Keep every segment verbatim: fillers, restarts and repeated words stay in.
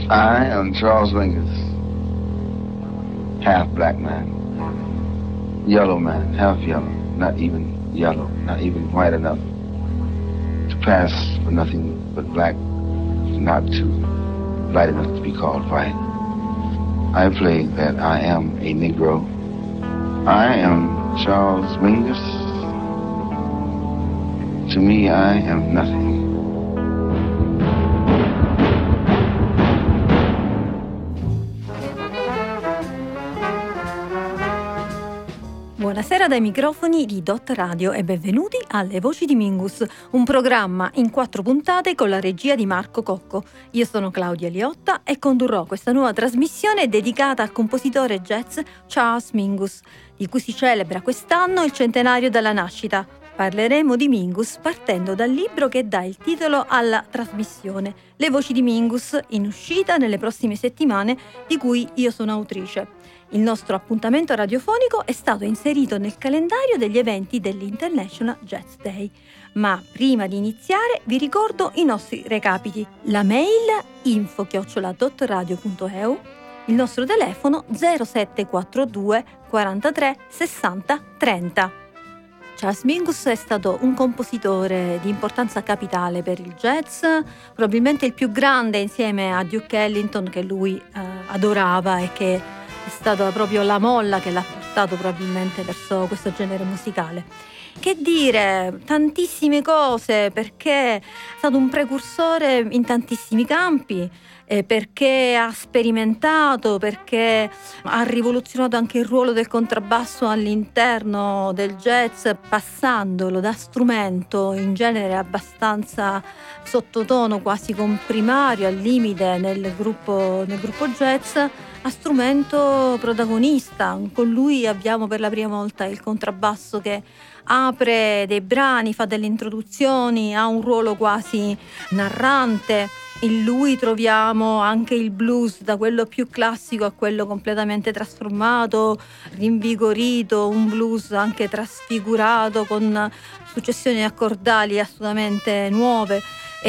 I am Charles Mingus, half black man, yellow man, half yellow, not even yellow, not even white enough to pass for nothing but black, not too light enough to be called white. I play that I am a Negro. I am Charles Mingus. To me, I am nothing. Buonasera dai microfoni di Dot Radio e benvenuti alle Voci di Mingus, un programma in quattro puntate con la regia di Marco Cocco. Io sono Claudia Liotta e condurrò questa nuova trasmissione dedicata al compositore jazz Charles Mingus, di cui si celebra quest'anno il centenario dalla nascita. Parleremo di Mingus partendo dal libro che dà il titolo alla trasmissione, Le Voci di Mingus, in uscita nelle prossime settimane, di cui io sono autrice. Il nostro appuntamento radiofonico è stato inserito nel calendario degli eventi dell'International Jazz Day. Ma prima di iniziare vi ricordo i nostri recapiti. La mail info chiocciola dot radio punto e u, il nostro telefono zero sette quattro due quarantatré sessanta trenta. Charles Mingus è stato un compositore di importanza capitale per il jazz, probabilmente il più grande insieme a Duke Ellington, che lui eh, adorava e che è stata proprio la molla che l'ha portato probabilmente verso questo genere musicale. Che dire, tantissime cose, perché è stato un precursore in tantissimi campi, eh, perché ha sperimentato, perché ha rivoluzionato anche il ruolo del contrabbasso all'interno del jazz, passandolo da strumento in genere abbastanza sottotono, quasi comprimario, al limite nel gruppo, nel gruppo jazz, a strumento protagonista. Con lui abbiamo per la prima volta il contrabbasso che apre dei brani, fa delle introduzioni, ha un ruolo quasi narrante. In lui troviamo anche il blues, da quello più classico a quello completamente trasformato, rinvigorito, un blues anche trasfigurato con successioni accordali assolutamente nuove.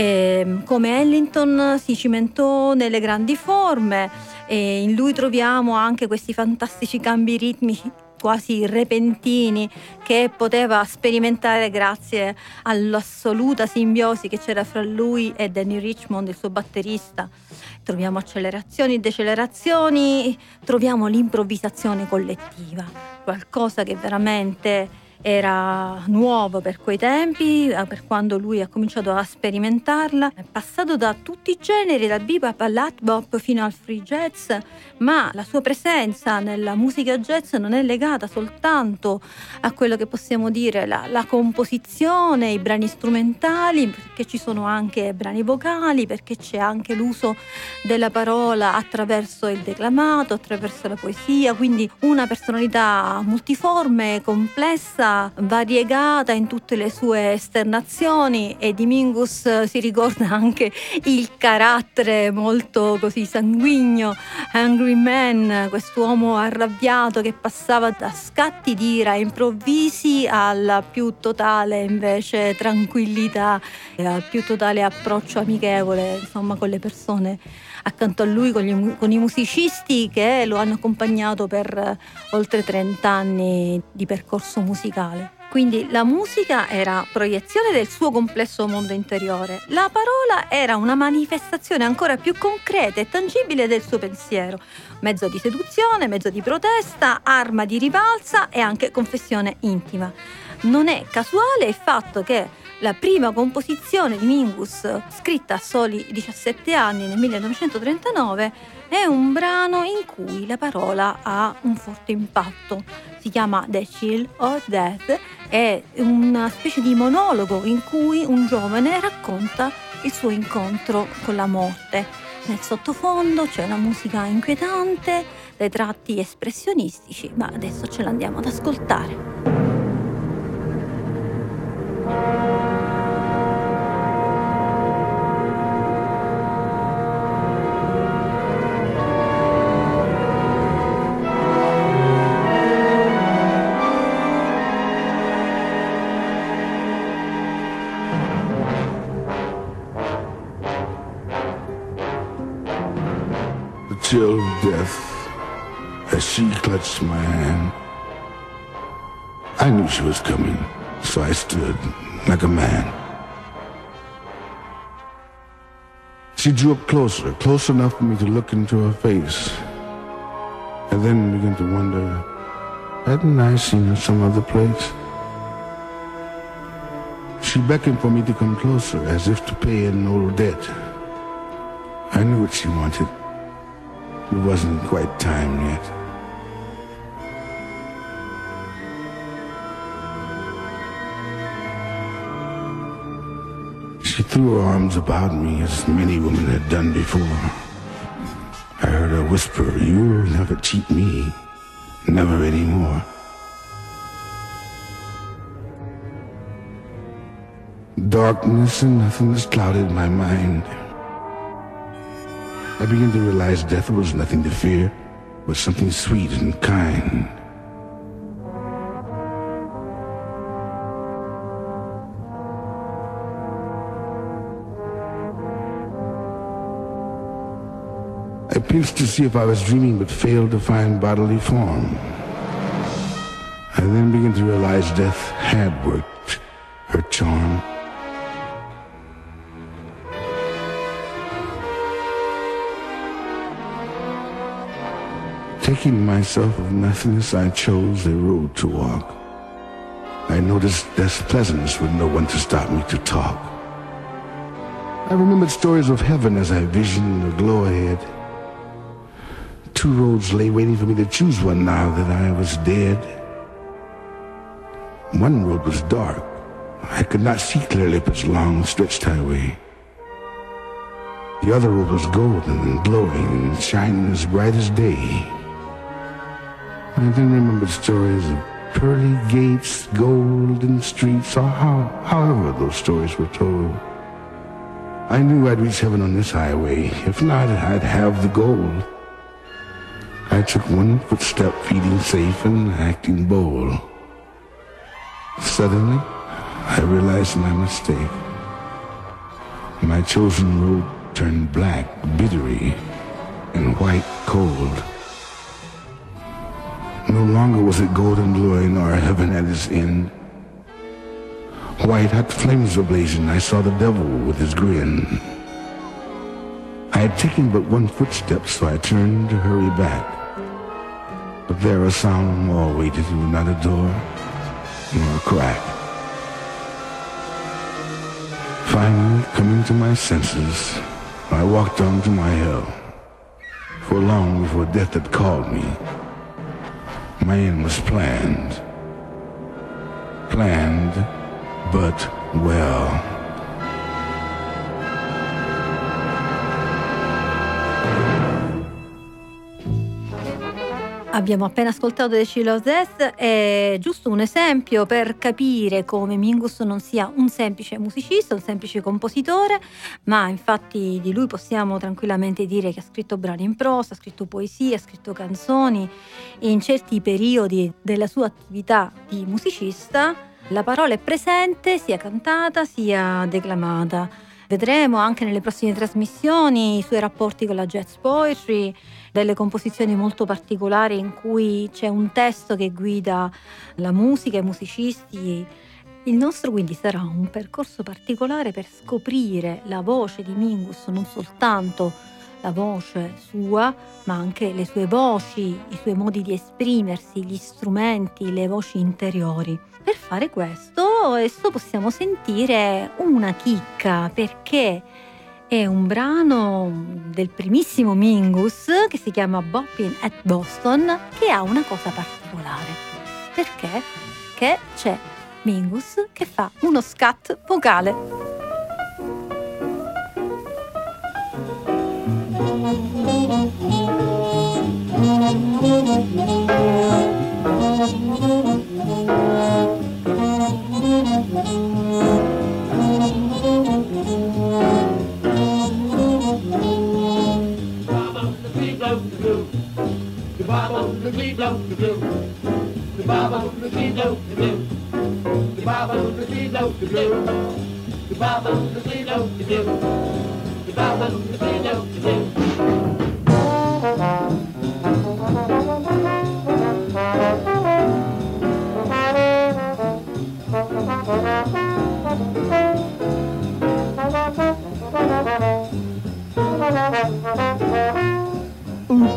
E come Ellington si cimentò nelle grandi forme, e in lui troviamo anche questi fantastici cambi ritmici quasi repentini che poteva sperimentare grazie all'assoluta simbiosi che c'era fra lui e Danny Richmond, il suo batterista. Troviamo accelerazioni e decelerazioni, troviamo l'improvvisazione collettiva, qualcosa che veramente era nuovo per quei tempi, per quando lui ha cominciato a sperimentarla. È passato da tutti i generi, dal bebop all'art bop fino al free jazz, ma la sua presenza nella musica jazz non è legata soltanto a quello che possiamo dire la, la composizione, i brani strumentali, perché ci sono anche brani vocali, perché c'è anche l'uso della parola attraverso il declamato, attraverso la poesia, quindi una personalità multiforme, complessa, variegata in tutte le sue esternazioni. E di Mingus si ricorda anche il carattere molto così sanguigno, Angry Man, quest'uomo arrabbiato che passava da scatti di ira improvvisi alla più totale invece tranquillità e al più totale approccio amichevole, insomma, con le persone accanto a lui, con, gli, con i musicisti che lo hanno accompagnato per oltre trenta anni di percorso musicale. Quindi la musica era proiezione del suo complesso mondo interiore, la parola era una manifestazione ancora più concreta e tangibile del suo pensiero, mezzo di seduzione, mezzo di protesta, arma di rivalsa e anche confessione intima. Non è casuale il fatto che la prima composizione di Mingus, scritta a soli diciassette anni nel millenovecentotrentanove, è un brano in cui la parola ha un forte impatto. Si chiama The Chill of Death, è una specie di monologo in cui un giovane racconta il suo incontro con la morte. Nel sottofondo c'è una musica inquietante, dei tratti espressionistici, ma adesso ce l'andiamo ad ascoltare. chill of death as she clutched my hand. I knew she was coming, so I stood like a man. She drew up closer, close enough for me to look into her face, and then began to wonder, hadn't I seen her some other place? She beckoned for me to come closer, as if to pay an old debt. I knew what she wanted. It wasn't quite time yet. She threw her arms about me as many women had done before. I heard her whisper, "You'll never cheat me, never anymore." Darkness and nothingness clouded my mind. I began to realize death was nothing to fear, but something sweet and kind. I pinched to see if I was dreaming, but failed to find bodily form. I then began to realize death had worked her charm. Taking myself of nothingness, I chose a road to walk. I noticed death's pleasantness with no one to stop me to talk. I remembered stories of heaven as I visioned the glow ahead. Two roads lay waiting for me to choose one now that I was dead. One road was dark. I could not see clearly up its long, stretched highway. The other road was golden and glowing and shining as bright as day. I then remembered stories of pearly gates, golden streets, or how, however those stories were told. I knew I'd reach heaven on this highway. If not, I'd have the gold. I took one footstep, feeling safe and acting bold. Suddenly, I realized my mistake. My chosen road turned black, bittery, and white cold. No longer was it golden glowing or heaven at its end. White hot flames were blazing. I saw the devil with his grin. I had taken but one footstep, so I turned to hurry back. But there a sound wall waited, not a door, nor a crack. Finally, coming to my senses, I walked on to my hell. For long before death had called me, my end was planned. Planned, but well. Abbiamo appena ascoltato The Chill of Death, è giusto un esempio per capire come Mingus non sia un semplice musicista, un semplice compositore, ma infatti di lui possiamo tranquillamente dire che ha scritto brani in prosa, ha scritto poesie, ha scritto canzoni. In certi periodi della sua attività di musicista la parola è presente, sia cantata sia declamata. Vedremo anche nelle prossime trasmissioni i suoi rapporti con la jazz poetry, delle composizioni molto particolari in cui c'è un testo che guida la musica e i musicisti. Il nostro quindi sarà un percorso particolare per scoprire la voce di Mingus, non soltanto la voce sua, ma anche le sue voci, i suoi modi di esprimersi, gli strumenti, le voci interiori. Per fare questo adesso possiamo sentire una chicca, perché è un brano del primissimo Mingus che si chiama Boppin' at Boston, che ha una cosa particolare. Perché? Che c'è Mingus che fa uno scat vocale.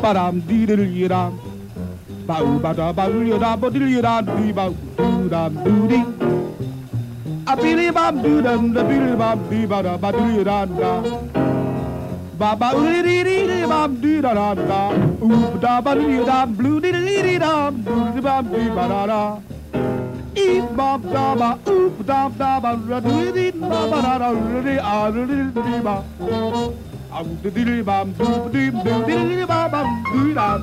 ba-dum, dee-dee-dee-dum. Ba-oo-ba-da-ba-dee-da-ba-dee-da-dee-ba-doo-dum-doo-dee. A-bee-dee-bum-doo-dum-da-bee-dee-bum-dee-ba-da-ba-dee-da-da. Ba-ba-oo-dee-dee-dee-dee-bum-dee-da-da-da. Ooh-ba-da-ba-dee-dum, blue-dee-dee-dee-dee-dum-doo-dee-bum-dee-ba-da-da. Ee-bum-da-ba, ooh-ba-da-ba, da-dee-dee-da-ba-da-da-dee-ah-dee-dee-ba. Ah-dee-dee-bum, doo-dee-dee-dee-dee-bum-dee-da.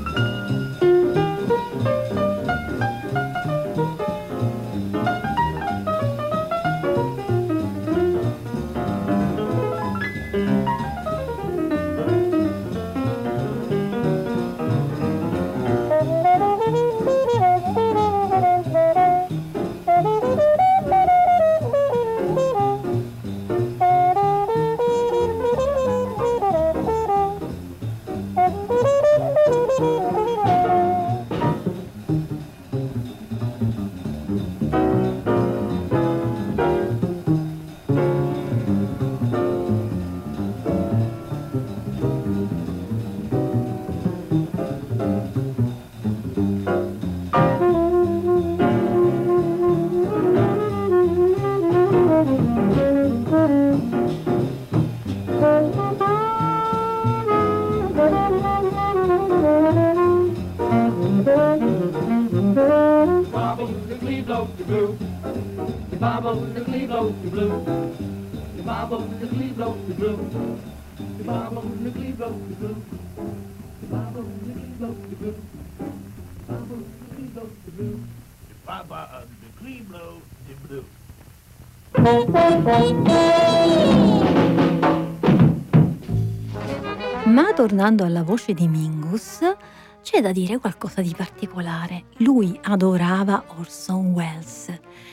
Ma tornando alla voce di Mingus, c'è da dire qualcosa di particolare. Lui adorava Orson Welles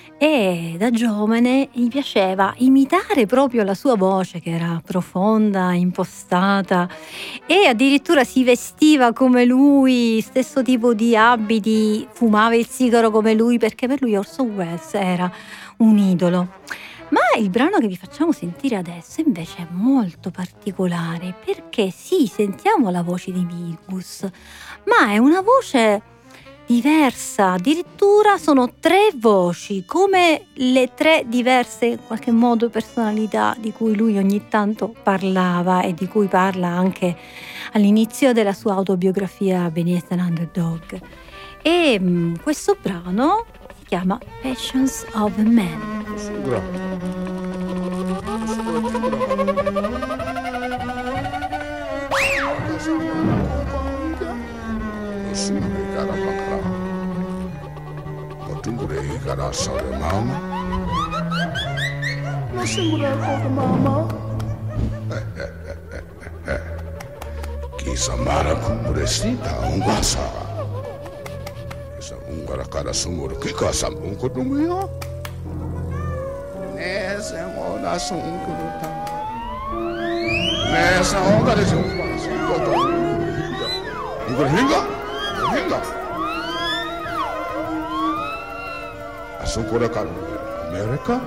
e da giovane gli piaceva imitare proprio la sua voce, che era profonda, impostata, e addirittura si vestiva come lui, stesso tipo di abiti, fumava il sigaro come lui, perché per lui Orson Welles era un idolo. Ma il brano che vi facciamo sentire adesso invece è molto particolare, perché sì, sentiamo la voce di Mingus, ma è una voce diversa, addirittura sono tre voci, come le tre diverse in qualche modo personalità di cui lui ogni tanto parlava e di cui parla anche all'inizio della sua autobiografia Beneath an Underdog. E mh, questo brano si chiama Passions of a Man. Tungure gara sare mama, na singura kota mama. Kisa mara kumure sita ungasa. Kisa ungara kara sumur kika sambung kudunguya. Nese ngona sungkuruta. Nese ongare sungkuruta. Singkota ungkuruta. Ungkur hinga, hinga. Sungkura kan Amerika,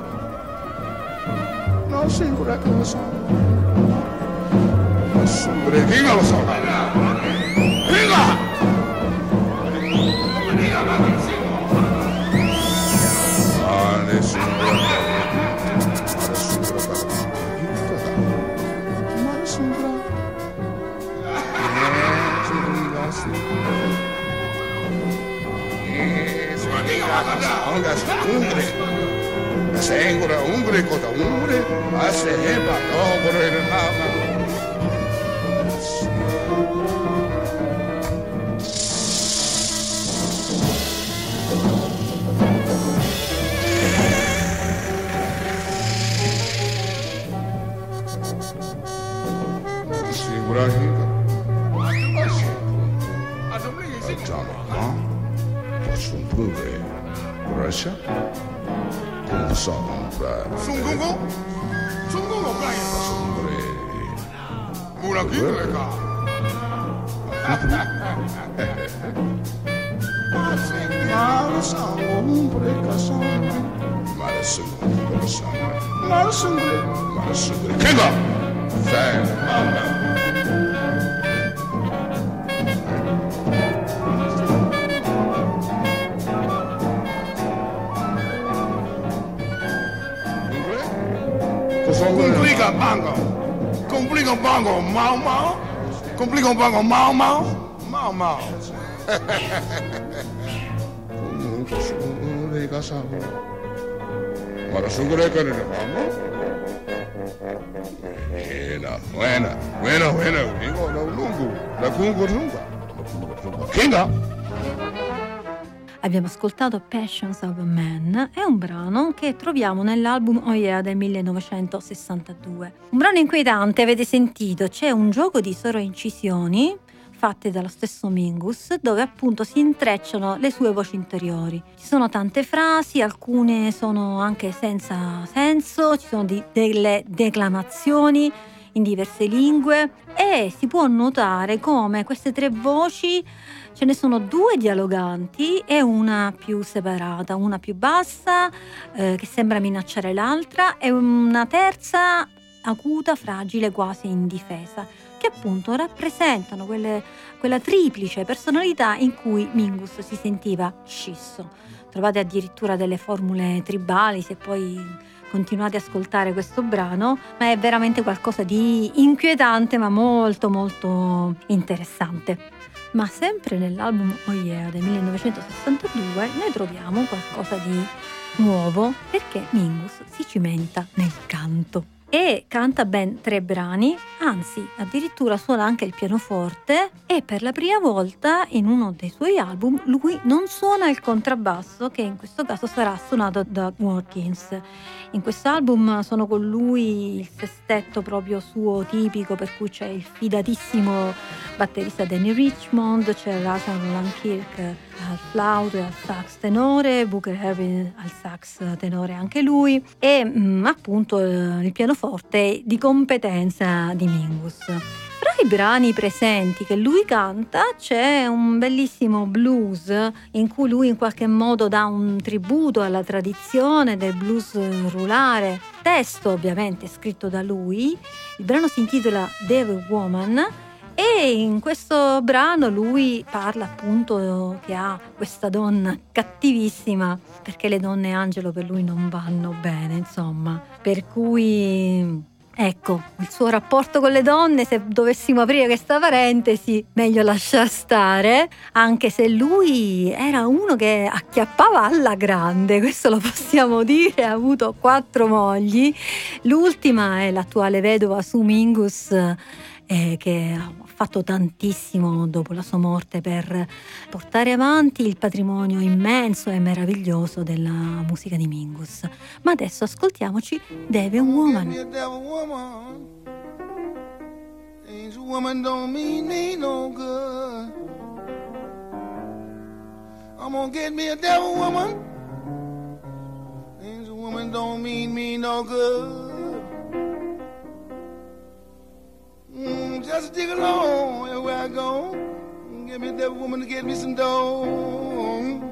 no singkura kan sama, sungkura hinga lo sama, hinga, hinga lagi singkura, ane sungkura, ada sungkura kan, mana sungkura, sungkura sih. Angas umbre, sengura umbre kota umbre, ase heba togore mama. Singura hinga, aduh ni sih jama, pasung pure. Russia, come sono fra Sungungu? Sungungu playa Sungre. Mula gitu mereka. Malas sungre kasana. Malas sungre kasana. Malas sungre. Malas sungre. Kenga. Fan. Complica bongo, complica bongo, mau mau, complica bongo, mau mau, mau mau. Comunque sono le casamo, ma la sugureka ne vamo. Buena, buena, buena, buena, dico la lungo, la lungo lunga, Kinga. Abbiamo ascoltato Passions of a Man, è un brano che troviamo nell'album Oh Yeah del millenovecentosessantadue. Un brano inquietante, avete sentito, c'è un gioco di sovroincisioni fatte dallo stesso Mingus, dove appunto si intrecciano le sue voci interiori. Ci sono tante frasi, alcune sono anche senza senso, ci sono di, delle declamazioni in diverse lingue e si può notare come queste tre voci, ce ne sono due dialoganti e una più separata, una più bassa eh, che sembra minacciare l'altra e una terza acuta, fragile, quasi indifesa, che appunto rappresentano quelle, quella triplice personalità in cui Mingus si sentiva scisso. Trovate addirittura delle formule tribali se poi continuate ad ascoltare questo brano, ma è veramente qualcosa di inquietante ma molto molto interessante. Ma sempre nell'album Oh Yeah del millenovecentosessantadue noi troviamo qualcosa di nuovo, perché Mingus si cimenta nel canto e canta ben tre brani, anzi addirittura suona anche il pianoforte e per la prima volta in uno dei suoi album lui non suona il contrabbasso, che in questo caso sarà suonato da Watkins. In questo album sono con lui il sestetto proprio suo tipico, per cui c'è il fidatissimo batterista Danny Richmond, c'è Razan Roland Kirk al flauto e al sax tenore, Booker Herbin al sax tenore anche lui e mh, appunto eh, il pianoforte di competenza di Mingus. Fra i brani presenti che lui canta c'è un bellissimo blues in cui lui in qualche modo dà un tributo alla tradizione del blues rulare, testo ovviamente scritto da lui. Il brano si intitola Devil Woman e in questo brano lui parla appunto che ha questa donna cattivissima, perché le donne angelo per lui non vanno bene, insomma, per cui ecco, il suo rapporto con le donne, se dovessimo aprire questa parentesi, meglio lasciar stare, anche se lui era uno che acchiappava alla grande, questo lo possiamo dire, ha avuto quattro mogli, l'ultima è l'attuale vedova Sue Mingus, eh, che ha fatto tantissimo dopo la sua morte per portare avanti il patrimonio immenso e meraviglioso della musica di Mingus. Ma adesso ascoltiamoci Devil Woman. Angel woman don't mean me no good. I'm gonna get me a devil woman. Angel woman don't mean me no good. Mm, just dig along everywhere I go. Get me a devil woman to get me some dough.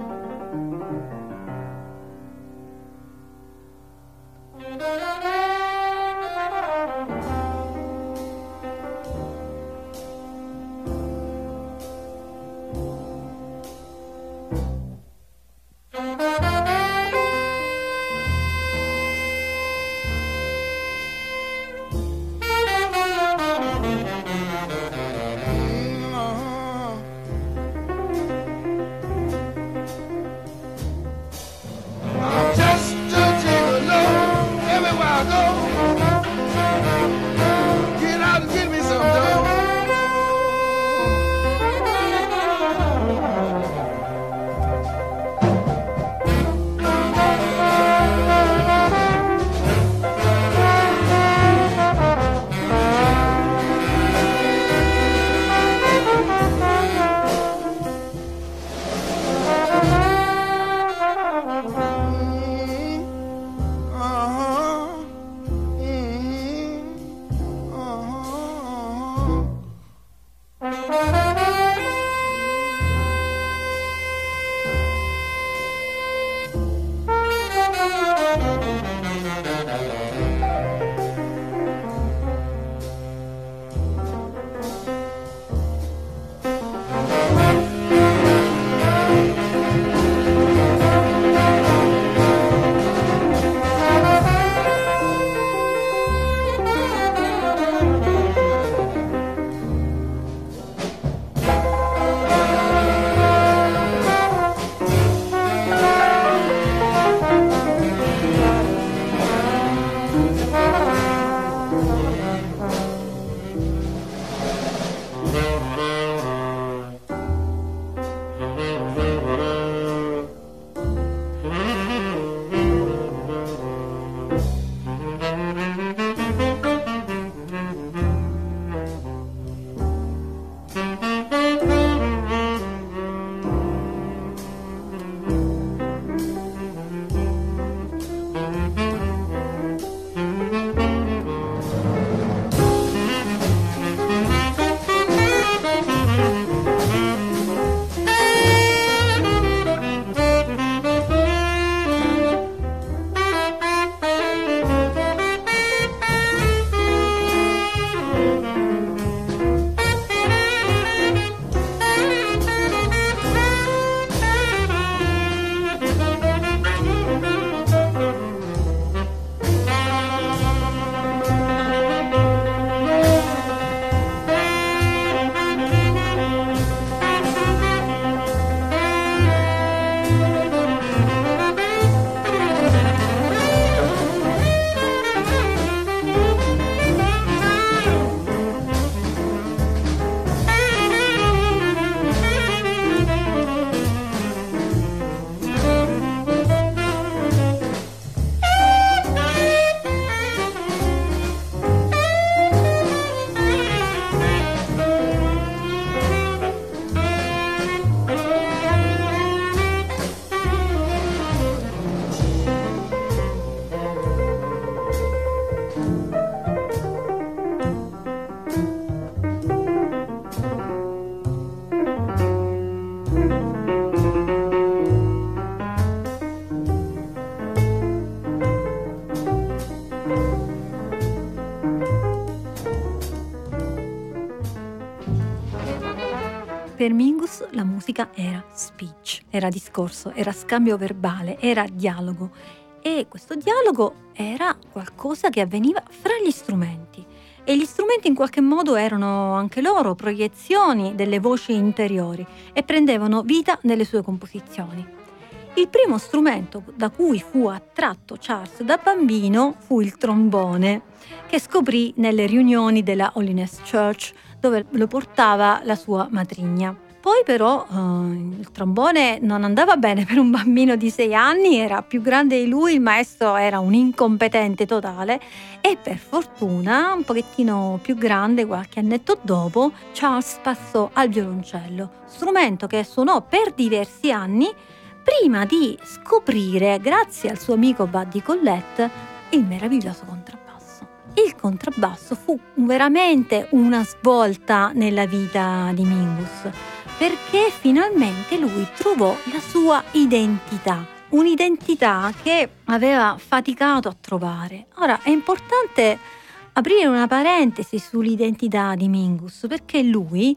Per Mingus la musica era speech, era discorso, era scambio verbale, era dialogo, e questo dialogo era qualcosa che avveniva fra gli strumenti. E gli strumenti in qualche modo erano anche loro proiezioni delle voci interiori e prendevano vita nelle sue composizioni. Il primo strumento da cui fu attratto Charles da bambino fu il trombone, che scoprì nelle riunioni della Holiness Church, dove lo portava la sua matrigna. Poi però eh, il trombone non andava bene per un bambino di sei anni, era più grande di lui, il maestro era un incompetente totale e per fortuna un pochettino più grande, qualche annetto dopo, Charles passò al violoncello, strumento che suonò per diversi anni prima di scoprire, grazie al suo amico Buddy Collette, il meraviglioso contrabbasso. Il contrabbasso fu veramente una svolta nella vita di Mingus, perché finalmente lui trovò la sua identità, un'identità che aveva faticato a trovare. Ora è importante aprire una parentesi sull'identità di Mingus, perché lui,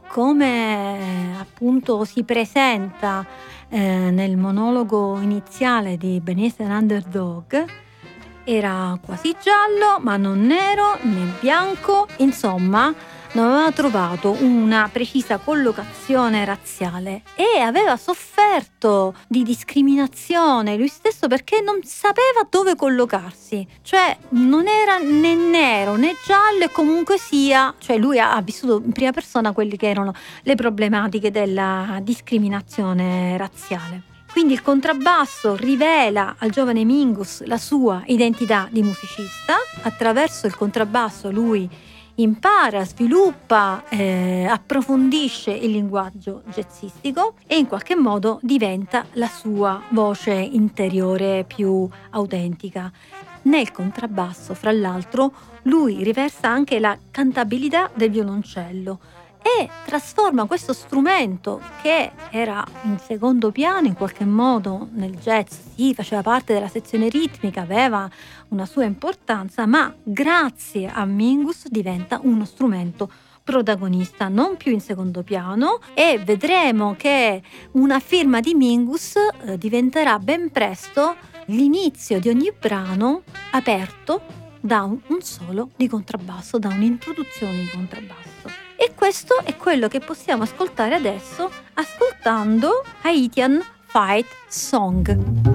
come appunto si presenta eh, nel monologo iniziale di Ebenezer Underdog, era quasi giallo ma non nero né bianco, insomma non aveva trovato una precisa collocazione razziale e aveva sofferto di discriminazione lui stesso perché non sapeva dove collocarsi, cioè non era né nero né giallo e comunque sia, cioè lui ha vissuto in prima persona quelle che erano le problematiche della discriminazione razziale. Quindi il contrabbasso rivela al giovane Mingus la sua identità di musicista. Attraverso il contrabbasso lui impara, sviluppa, eh, approfondisce il linguaggio jazzistico e in qualche modo diventa la sua voce interiore più autentica. Nel contrabbasso, fra l'altro, lui riversa anche la cantabilità del violoncello e trasforma questo strumento che era in secondo piano in qualche modo nel jazz, sì, faceva parte della sezione ritmica, aveva una sua importanza, ma grazie a Mingus diventa uno strumento protagonista, non più in secondo piano, e vedremo che una firma di Mingus eh, diventerà ben presto l'inizio di ogni brano aperto da un, un solo di contrabbasso, da un'introduzione di contrabbasso. E questo è quello che possiamo ascoltare adesso ascoltando Haitian Fight Song.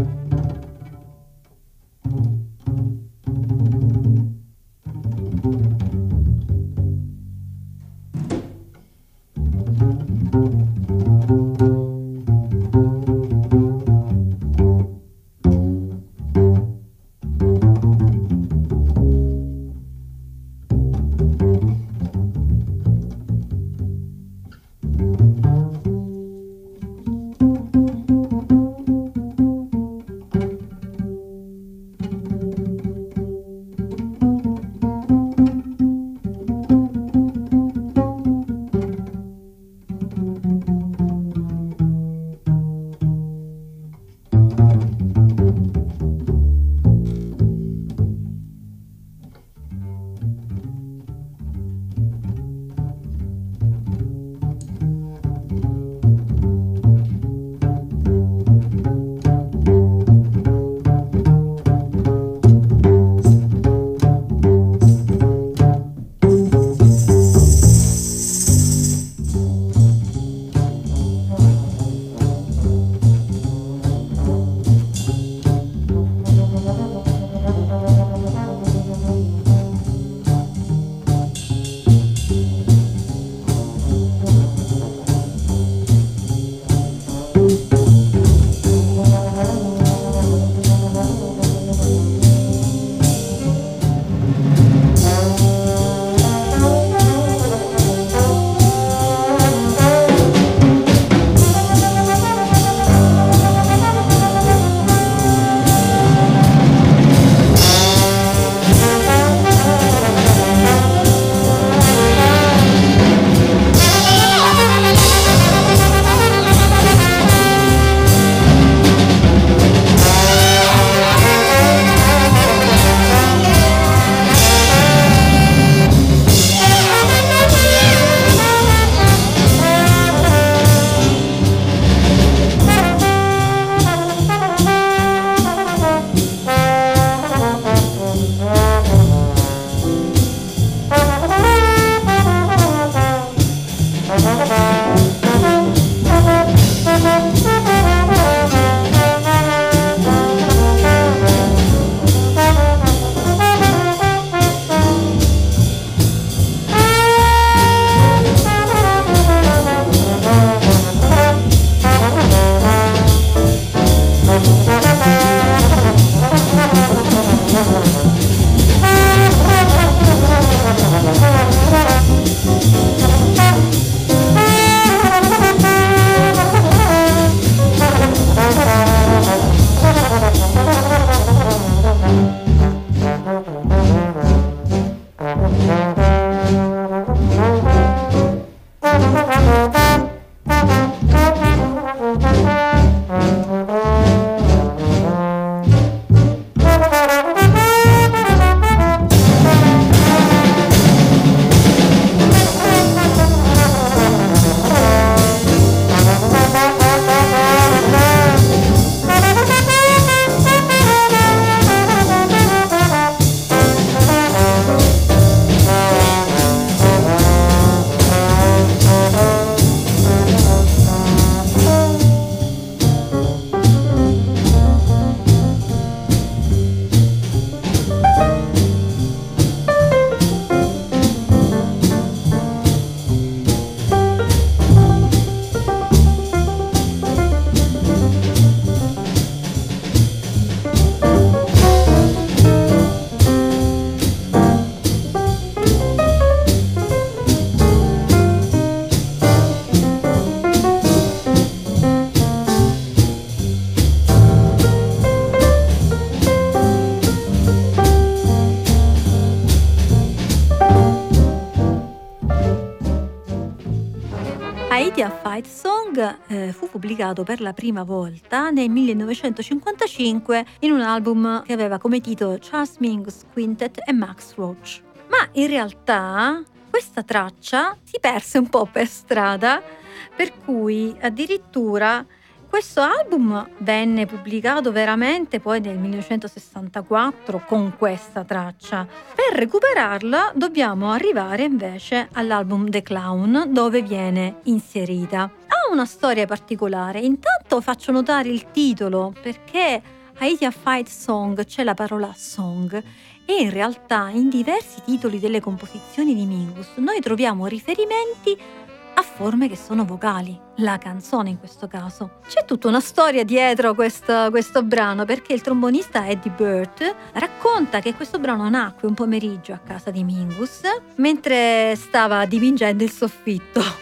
Haiti a Fight Song eh, fu pubblicato per la prima volta nel millenovecentocinquantacinque in un album che aveva come titolo Charles Mingus Quintet e Max Roach. Ma in realtà questa traccia si perse un po' per strada, per cui addirittura questo album venne pubblicato veramente poi nel millenovecentosessantaquattro con questa traccia. Per recuperarla dobbiamo arrivare invece all'album The Clown, dove viene inserita. Ha una storia particolare. Intanto faccio notare il titolo, perché Haiti a Fight Song c'è la parola song, e in realtà in diversi titoli delle composizioni di Mingus noi troviamo riferimenti a forme che sono vocali, la canzone in questo caso. C'è tutta una storia dietro questo, questo brano, perché il trombonista Eddie Burt racconta che questo brano nacque un pomeriggio a casa di Mingus mentre stava dipingendo il soffitto.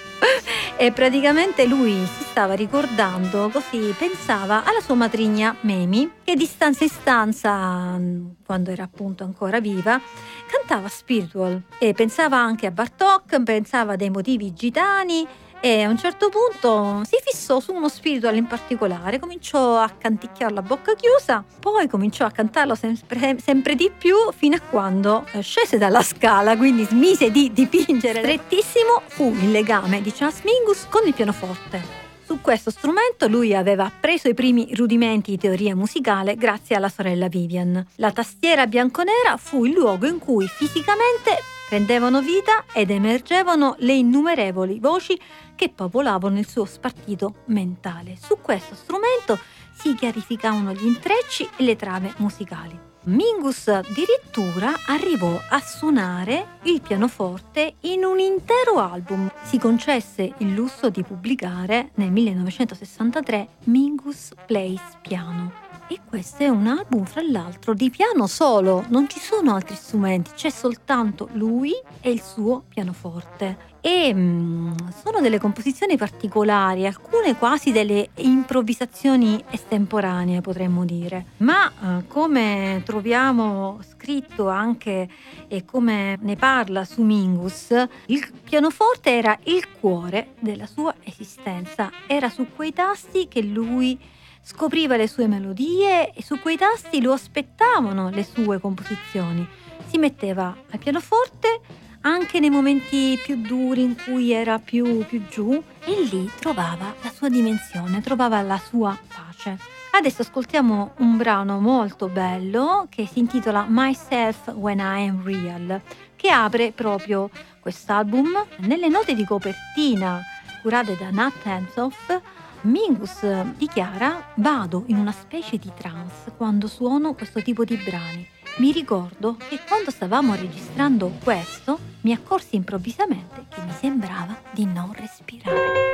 E praticamente lui si stava ricordando, così pensava alla sua matrigna Mamie, che di stanza in stanza, quando era appunto ancora viva, cantava spiritual, e pensava anche a Bartók, pensava a dei motivi gitani, e a un certo punto si fissò su uno spiritual in particolare, cominciò a canticchiarlo a bocca chiusa, poi cominciò a cantarlo sempre, sempre di più, fino a quando scese dalla scala, quindi smise di dipingere. Strettissimo fu il legame di Charles Mingus con il pianoforte. Su questo strumento lui aveva preso i primi rudimenti di teoria musicale grazie alla sorella Vivian. La tastiera bianconera fu il luogo in cui fisicamente prendevano vita ed emergevano le innumerevoli voci che popolavano il suo spartito mentale. Su questo strumento si chiarificavano gli intrecci e le trame musicali. Mingus addirittura arrivò a suonare il pianoforte in un intero album. Si concesse il lusso di pubblicare nel millenovecentosessantatré Mingus Plays Piano. E questo è un album, fra l'altro, di piano solo, non ci sono altri strumenti, c'è soltanto lui e il suo pianoforte. E mm, sono delle composizioni particolari, alcune quasi delle improvvisazioni estemporanee, potremmo dire. Ma eh, come troviamo scritto anche e come ne parla su Mingus, il pianoforte era il cuore della sua esistenza, era su quei tasti che lui scopriva le sue melodie e su quei tasti lo aspettavano le sue composizioni. Si metteva al pianoforte anche nei momenti più duri in cui era più, più giù, e lì trovava la sua dimensione, trovava la sua pace. Adesso ascoltiamo un brano molto bello che si intitola Myself When I Am Real, che apre proprio quest'album. Nelle note di copertina curate da Nat Hensoff, Mingus dichiara: vado in una specie di trance quando suono questo tipo di brani. Mi ricordo che quando stavamo registrando questo mi accorsi improvvisamente che mi sembrava di non respirare.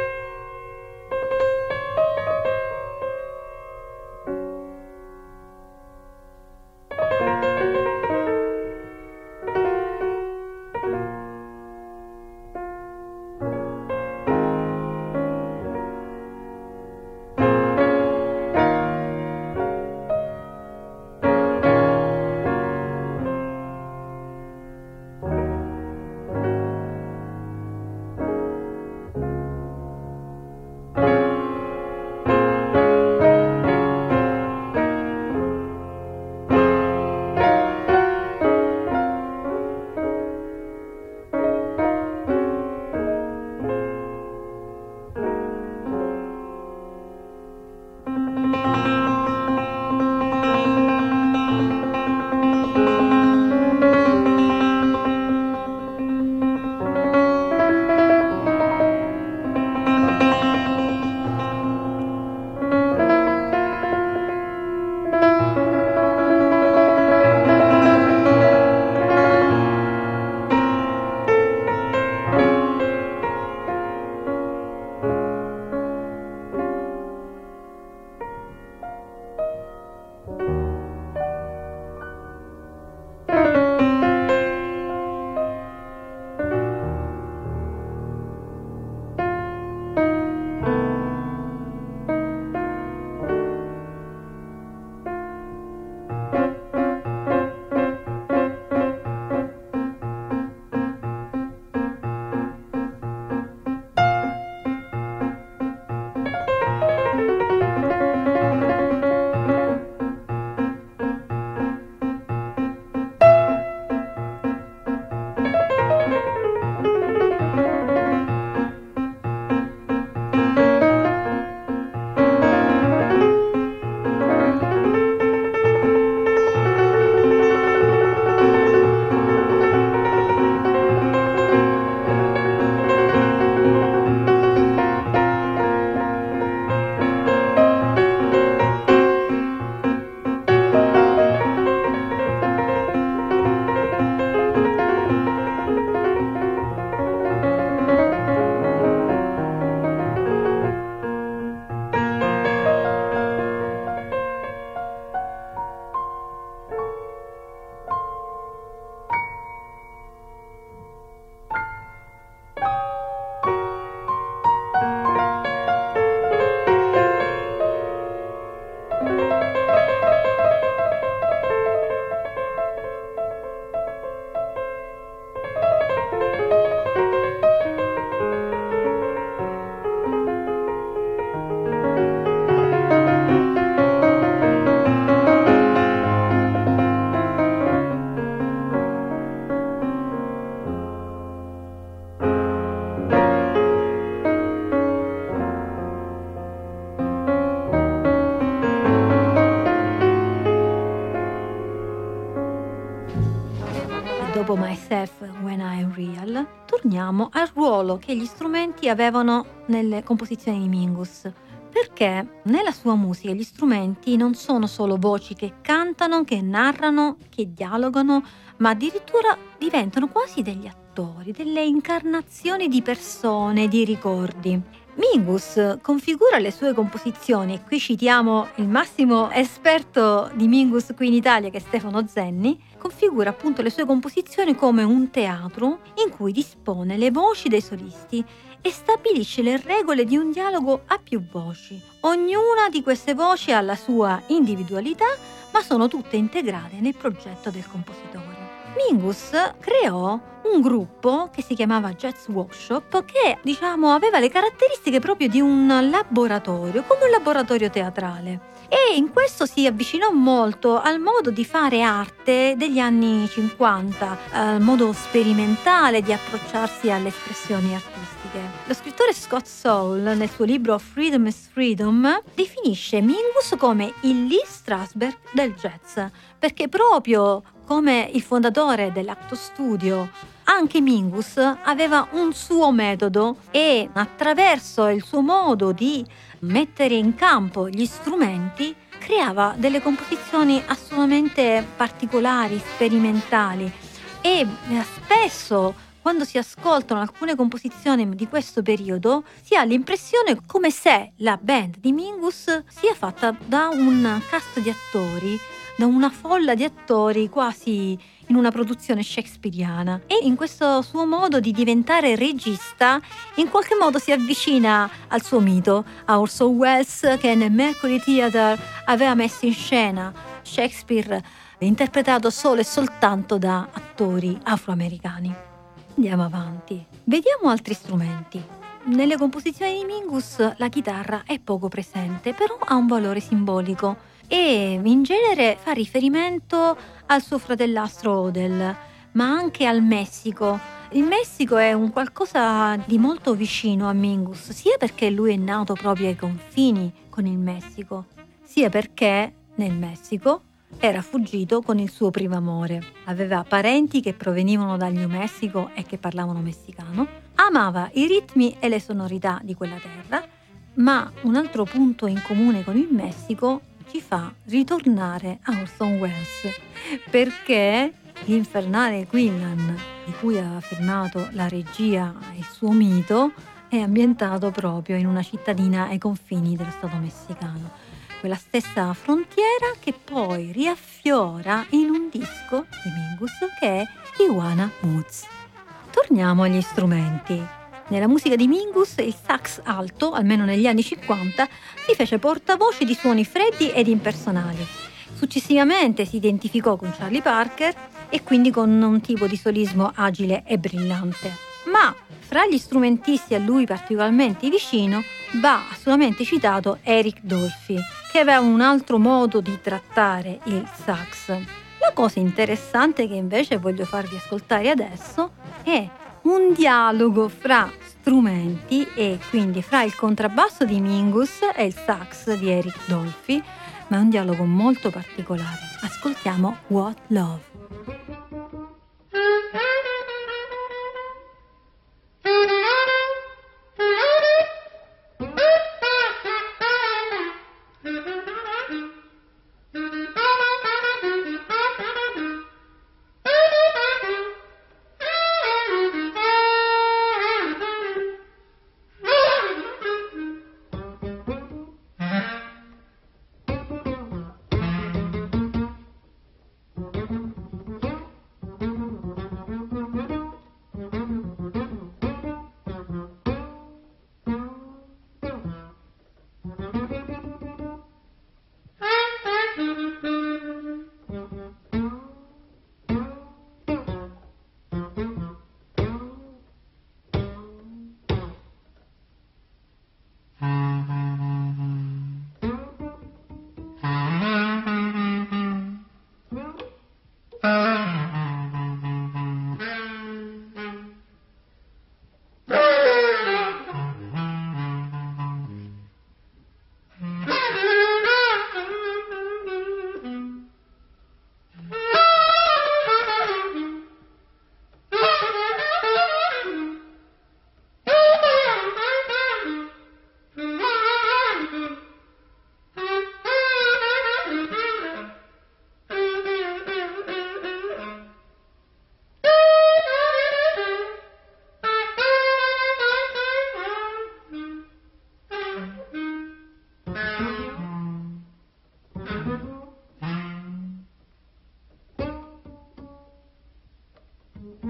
When I'm Real, torniamo al ruolo che gli strumenti avevano nelle composizioni di Mingus. Perché nella sua musica gli strumenti non sono solo voci che cantano, che narrano, che dialogano, ma addirittura diventano quasi degli attori, delle incarnazioni di persone, di ricordi. Mingus configura le sue composizioni, e qui citiamo il massimo esperto di Mingus qui in Italia, che è Stefano Zenni, configura appunto le sue composizioni come un teatro in cui dispone le voci dei solisti e stabilisce le regole di un dialogo a più voci. Ognuna di queste voci ha la sua individualità, ma sono tutte integrate nel progetto del compositore. Mingus creò un gruppo che si chiamava Jazz Workshop, che diciamo aveva le caratteristiche proprio di un laboratorio, come un laboratorio teatrale. E in questo si avvicinò molto al modo di fare arte degli anni cinquanta, al modo sperimentale di approcciarsi alle espressioni artistiche. Lo scrittore Scott Soul, nel suo libro Freedom is Freedom, definisce Mingus come il Lee Strasberg del jazz, perché proprio come il fondatore dell'Acto Studio, anche Mingus aveva un suo metodo e attraverso il suo modo di mettere in campo gli strumenti creava delle composizioni assolutamente particolari, sperimentali, e spesso quando si ascoltano alcune composizioni di questo periodo si ha l'impressione come se la band di Mingus sia fatta da un cast di attori, da una folla di attori quasi in una produzione shakespeariana. E in questo suo modo di diventare regista in qualche modo si avvicina al suo mito, a Orson Welles, che nel Mercury Theatre aveva messo in scena Shakespeare interpretato solo e soltanto da attori afroamericani. Andiamo avanti, vediamo altri strumenti. Nelle composizioni di Mingus la chitarra è poco presente, però ha un valore simbolico e in genere fa riferimento al suo fratellastro Odell, ma anche al Messico. Il Messico è un qualcosa di molto vicino a Mingus, sia perché lui è nato proprio ai confini con il Messico, sia perché nel Messico era fuggito con il suo primo amore. Aveva parenti che provenivano dal New Mexico e che parlavano messicano. Amava i ritmi e le sonorità di quella terra, ma un altro punto in comune con il Messico ci fa ritornare a Orson Welles, perché l'infernale Quinlan, di cui ha affermato la regia e il suo mito, è ambientato proprio in una cittadina ai confini dello stato messicano. Quella stessa frontiera che poi riaffiora in un disco di Mingus che è Iguana Woods. Torniamo agli strumenti. Nella musica di Mingus il sax alto, almeno negli anni cinquanta, si fece portavoce di suoni freddi ed impersonali. Successivamente si identificò con Charlie Parker e quindi con un tipo di solismo agile e brillante. Ma fra gli strumentisti a lui particolarmente vicino va assolutamente citato Eric Dolphy, che aveva un altro modo di trattare il sax. La cosa interessante che invece voglio farvi ascoltare adesso è un dialogo fra strumenti, e quindi fra il contrabbasso di Mingus e il sax di Eric Dolphy, ma è un dialogo molto particolare. Ascoltiamo What Love.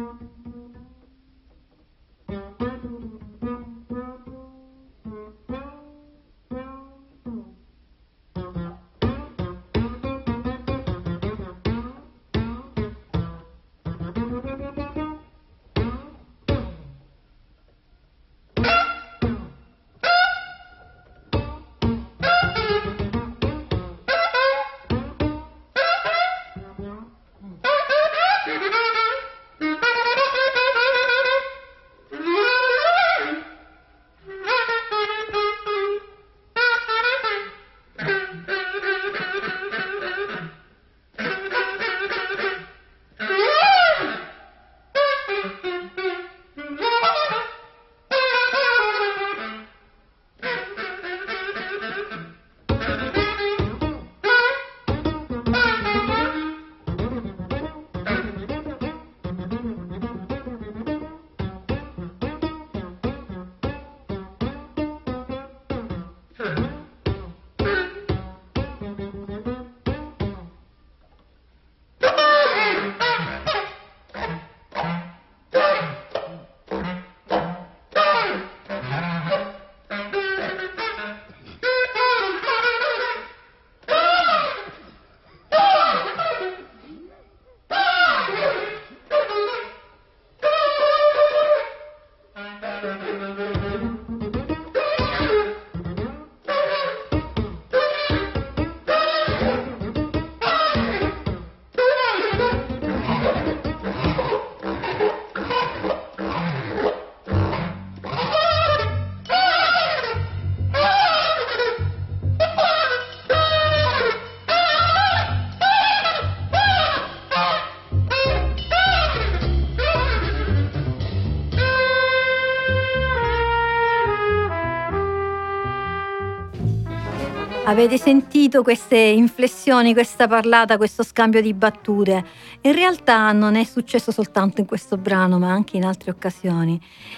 Avete sentito queste inflessioni, questa parlata, questo scambio di battute? In realtà non è successo soltanto in questo brano, ma anche in altre occasioni.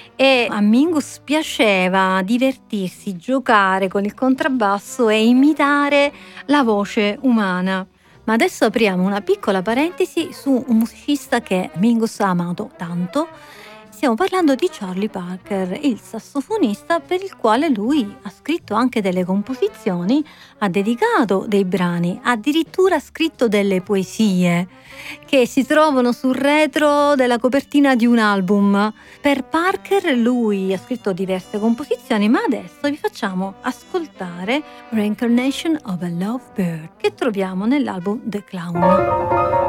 E a Mingus piaceva divertirsi, giocare con il contrabbasso e imitare la voce umana. Ma adesso apriamo una piccola parentesi su un musicista che Mingus ha amato tanto. Stiamo parlando di Charlie Parker, il sassofonista per il quale lui ha scritto anche delle composizioni, ha dedicato dei brani, addirittura ha scritto delle poesie che si trovano sul retro della copertina di un album. Per Parker lui ha scritto diverse composizioni, ma adesso vi facciamo ascoltare Reincarnation of a Lovebird, che troviamo nell'album The Clown.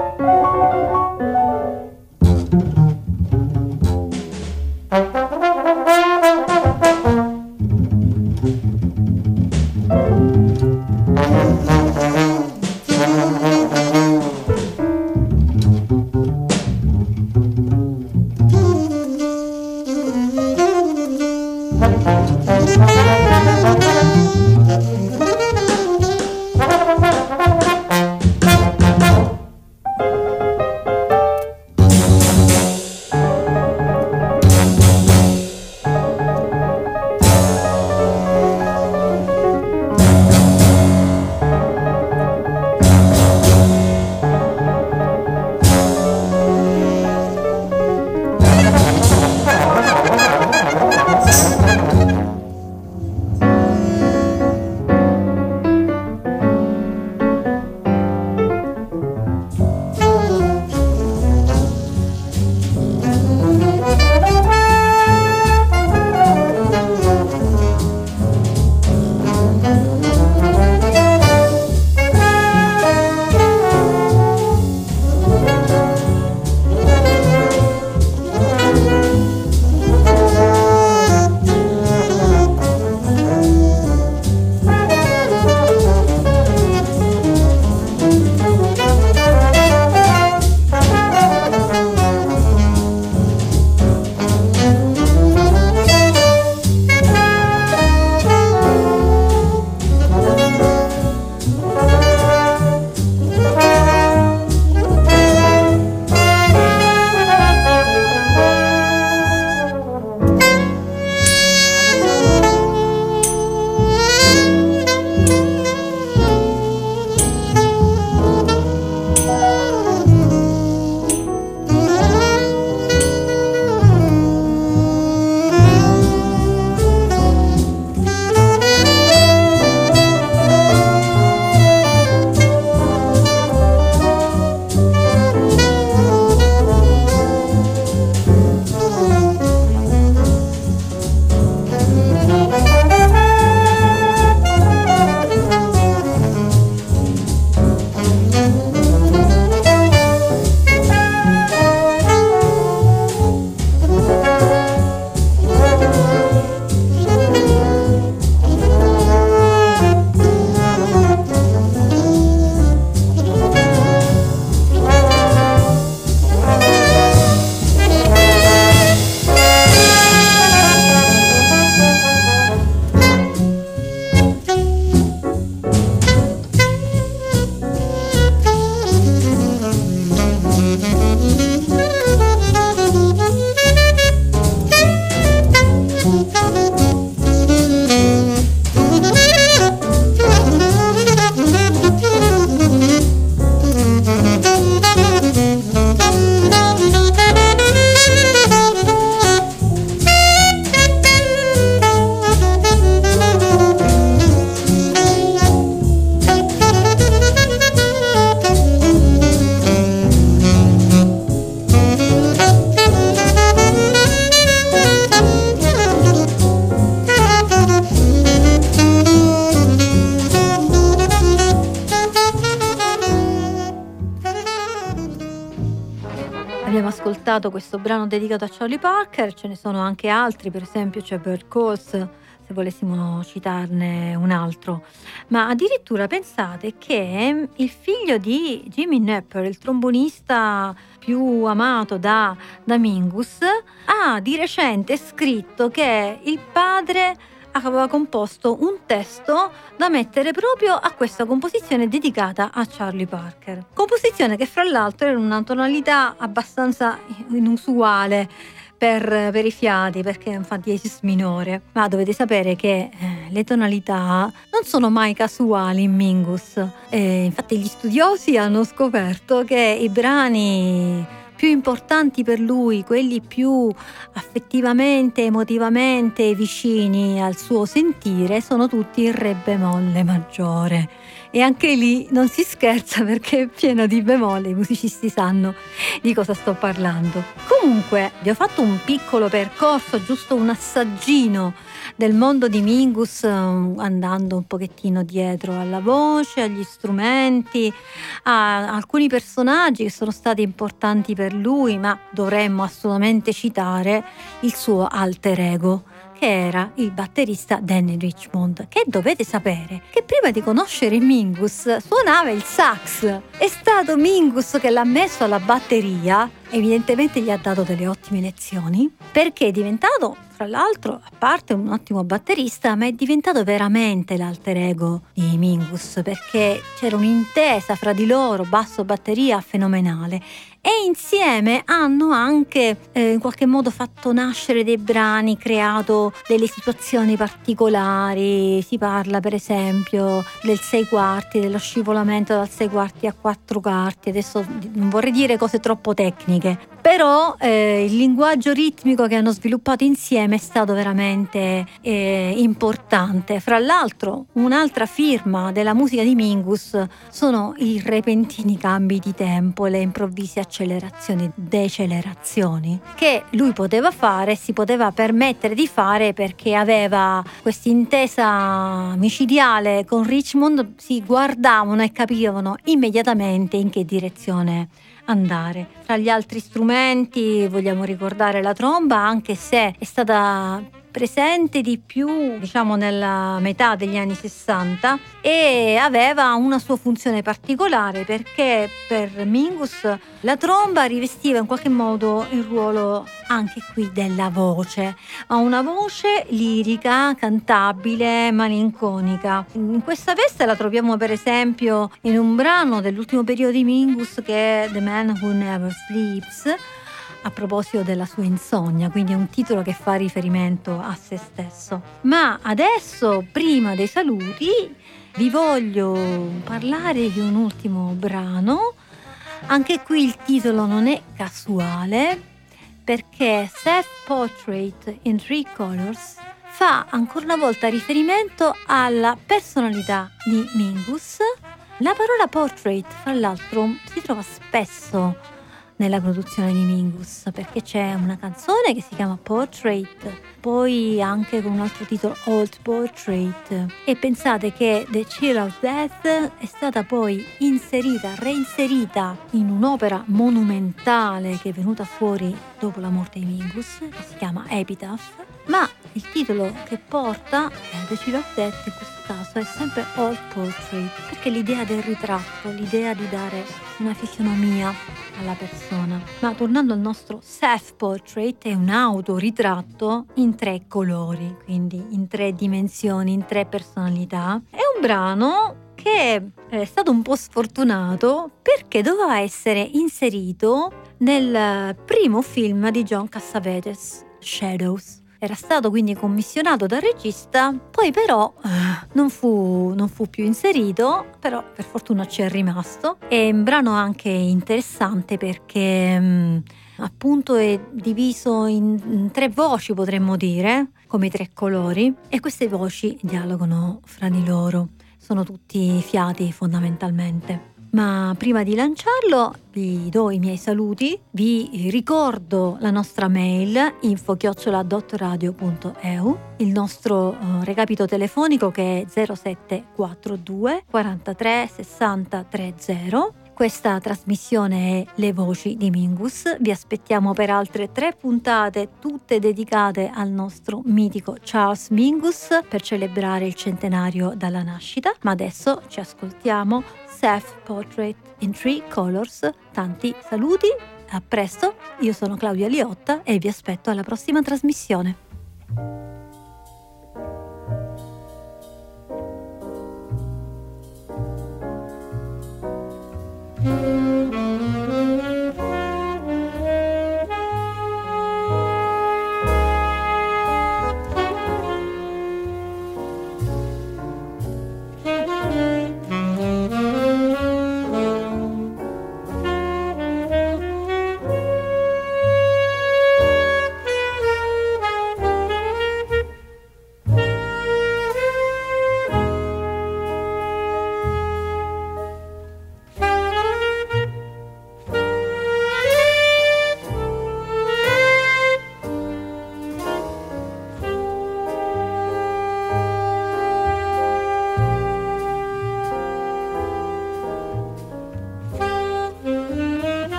ascoltato questo brano dedicato a Charlie Parker, ce ne sono anche altri, per esempio c'è Bird Calls, se volessimo citarne un altro. Ma addirittura pensate che il figlio di Jimmy Knapper, il trombonista più amato da, da Mingus, ha di recente scritto che il padre aveva composto un testo da mettere proprio a questa composizione dedicata a Charlie Parker. Composizione che fra l'altro era una tonalità abbastanza inusuale per, per i fiati, perché è un fa diesis minore, ma dovete sapere che eh, le tonalità non sono mai casuali in Mingus. Eh, infatti gli studiosi hanno scoperto che i brani più importanti per lui, quelli più affettivamente, emotivamente vicini al suo sentire, sono tutti in re bemolle maggiore. E anche lì non si scherza, perché è pieno di bemolle, i musicisti sanno di cosa sto parlando. Comunque vi ho fatto un piccolo percorso, giusto un assaggino del mondo di Mingus, andando un pochettino dietro alla voce, agli strumenti, a alcuni personaggi che sono stati importanti per lui, ma dovremmo assolutamente citare il suo alter ego, che era il batterista Danny Richmond, che dovete sapere che prima di conoscere Mingus suonava il sax. È stato Mingus che l'ha messo alla batteria, evidentemente gli ha dato delle ottime lezioni, perché è diventato, fra l'altro, a parte un ottimo batterista, ma è diventato veramente l'alter ego di Mingus, perché c'era un'intesa fra di loro, basso-batteria, fenomenale. E insieme hanno anche eh, in qualche modo fatto nascere dei brani, creato delle situazioni particolari. Si parla per esempio del sei quarti, dello scivolamento dal sei quarti a quattro quarti. Adesso non vorrei dire cose troppo tecniche, però eh, il linguaggio ritmico che hanno sviluppato insieme è stato veramente eh, importante. Fra l'altro, un'altra firma della musica di Mingus sono i repentini cambi di tempo, le improvvise accelerazioni, decelerazioni che lui poteva fare, si poteva permettere di fare, perché aveva questa intesa micidiale con Richmond, si guardavano e capivano immediatamente in che direzione andare. Tra gli altri strumenti vogliamo ricordare la tromba, anche se è stata presente di più, diciamo, nella metà degli anni sessanta, e aveva una sua funzione particolare, perché per Mingus la tromba rivestiva in qualche modo il ruolo anche qui della voce, ma una voce lirica, cantabile, malinconica. In questa veste la troviamo per esempio in un brano dell'ultimo periodo di Mingus, che è The Man Who Never Sleeps, a proposito della sua insonnia, quindi è un titolo che fa riferimento a se stesso. Ma adesso, prima dei saluti, vi voglio parlare di un ultimo brano. Anche qui il titolo non è casuale, perché Self-Portrait in Three Colors fa ancora una volta riferimento alla personalità di Mingus. La parola portrait, fra l'altro, si trova spesso nella produzione di Mingus, perché c'è una canzone che si chiama Portrait, poi anche con un altro titolo, Old Portrait, e pensate che The Chill of Death è stata poi inserita, reinserita in un'opera monumentale che è venuta fuori dopo la morte di Mingus, che si chiama Epitaph, ma il titolo che porta eh, The Chill of Death in questo caso è sempre Old Portrait, perché l'idea del ritratto, l'idea di dare una fisionomia alla persona. Ma tornando al nostro self-portrait, è un autoritratto in tre colori, quindi in tre dimensioni, in tre personalità. È un brano che è stato un po' sfortunato, perché doveva essere inserito nel primo film di John Cassavetes, Shadows. Era stato quindi commissionato dal regista, poi però eh, non, fu, non fu più inserito, però per fortuna ci è rimasto. È un brano anche interessante, perché mh, appunto è diviso in, in tre voci, potremmo dire, come i tre colori, e queste voci dialogano fra di loro, sono tutti fiati fondamentalmente. Ma prima di lanciarlo vi do i miei saluti, vi ricordo la nostra mail info chiocciola dottoradio punto e u, il nostro uh, recapito telefonico che è zero sette quattro due quarantatré sessanta trenta, Questa trasmissione è Le Voci di Mingus. Vi aspettiamo per altre tre puntate, tutte dedicate al nostro mitico Charles Mingus, per celebrare il centenario dalla nascita. Ma adesso ci ascoltiamo Self-Portrait in Three Colors. Tanti saluti, a presto. Io sono Claudia Liotta e vi aspetto alla prossima trasmissione. Mm-hmm.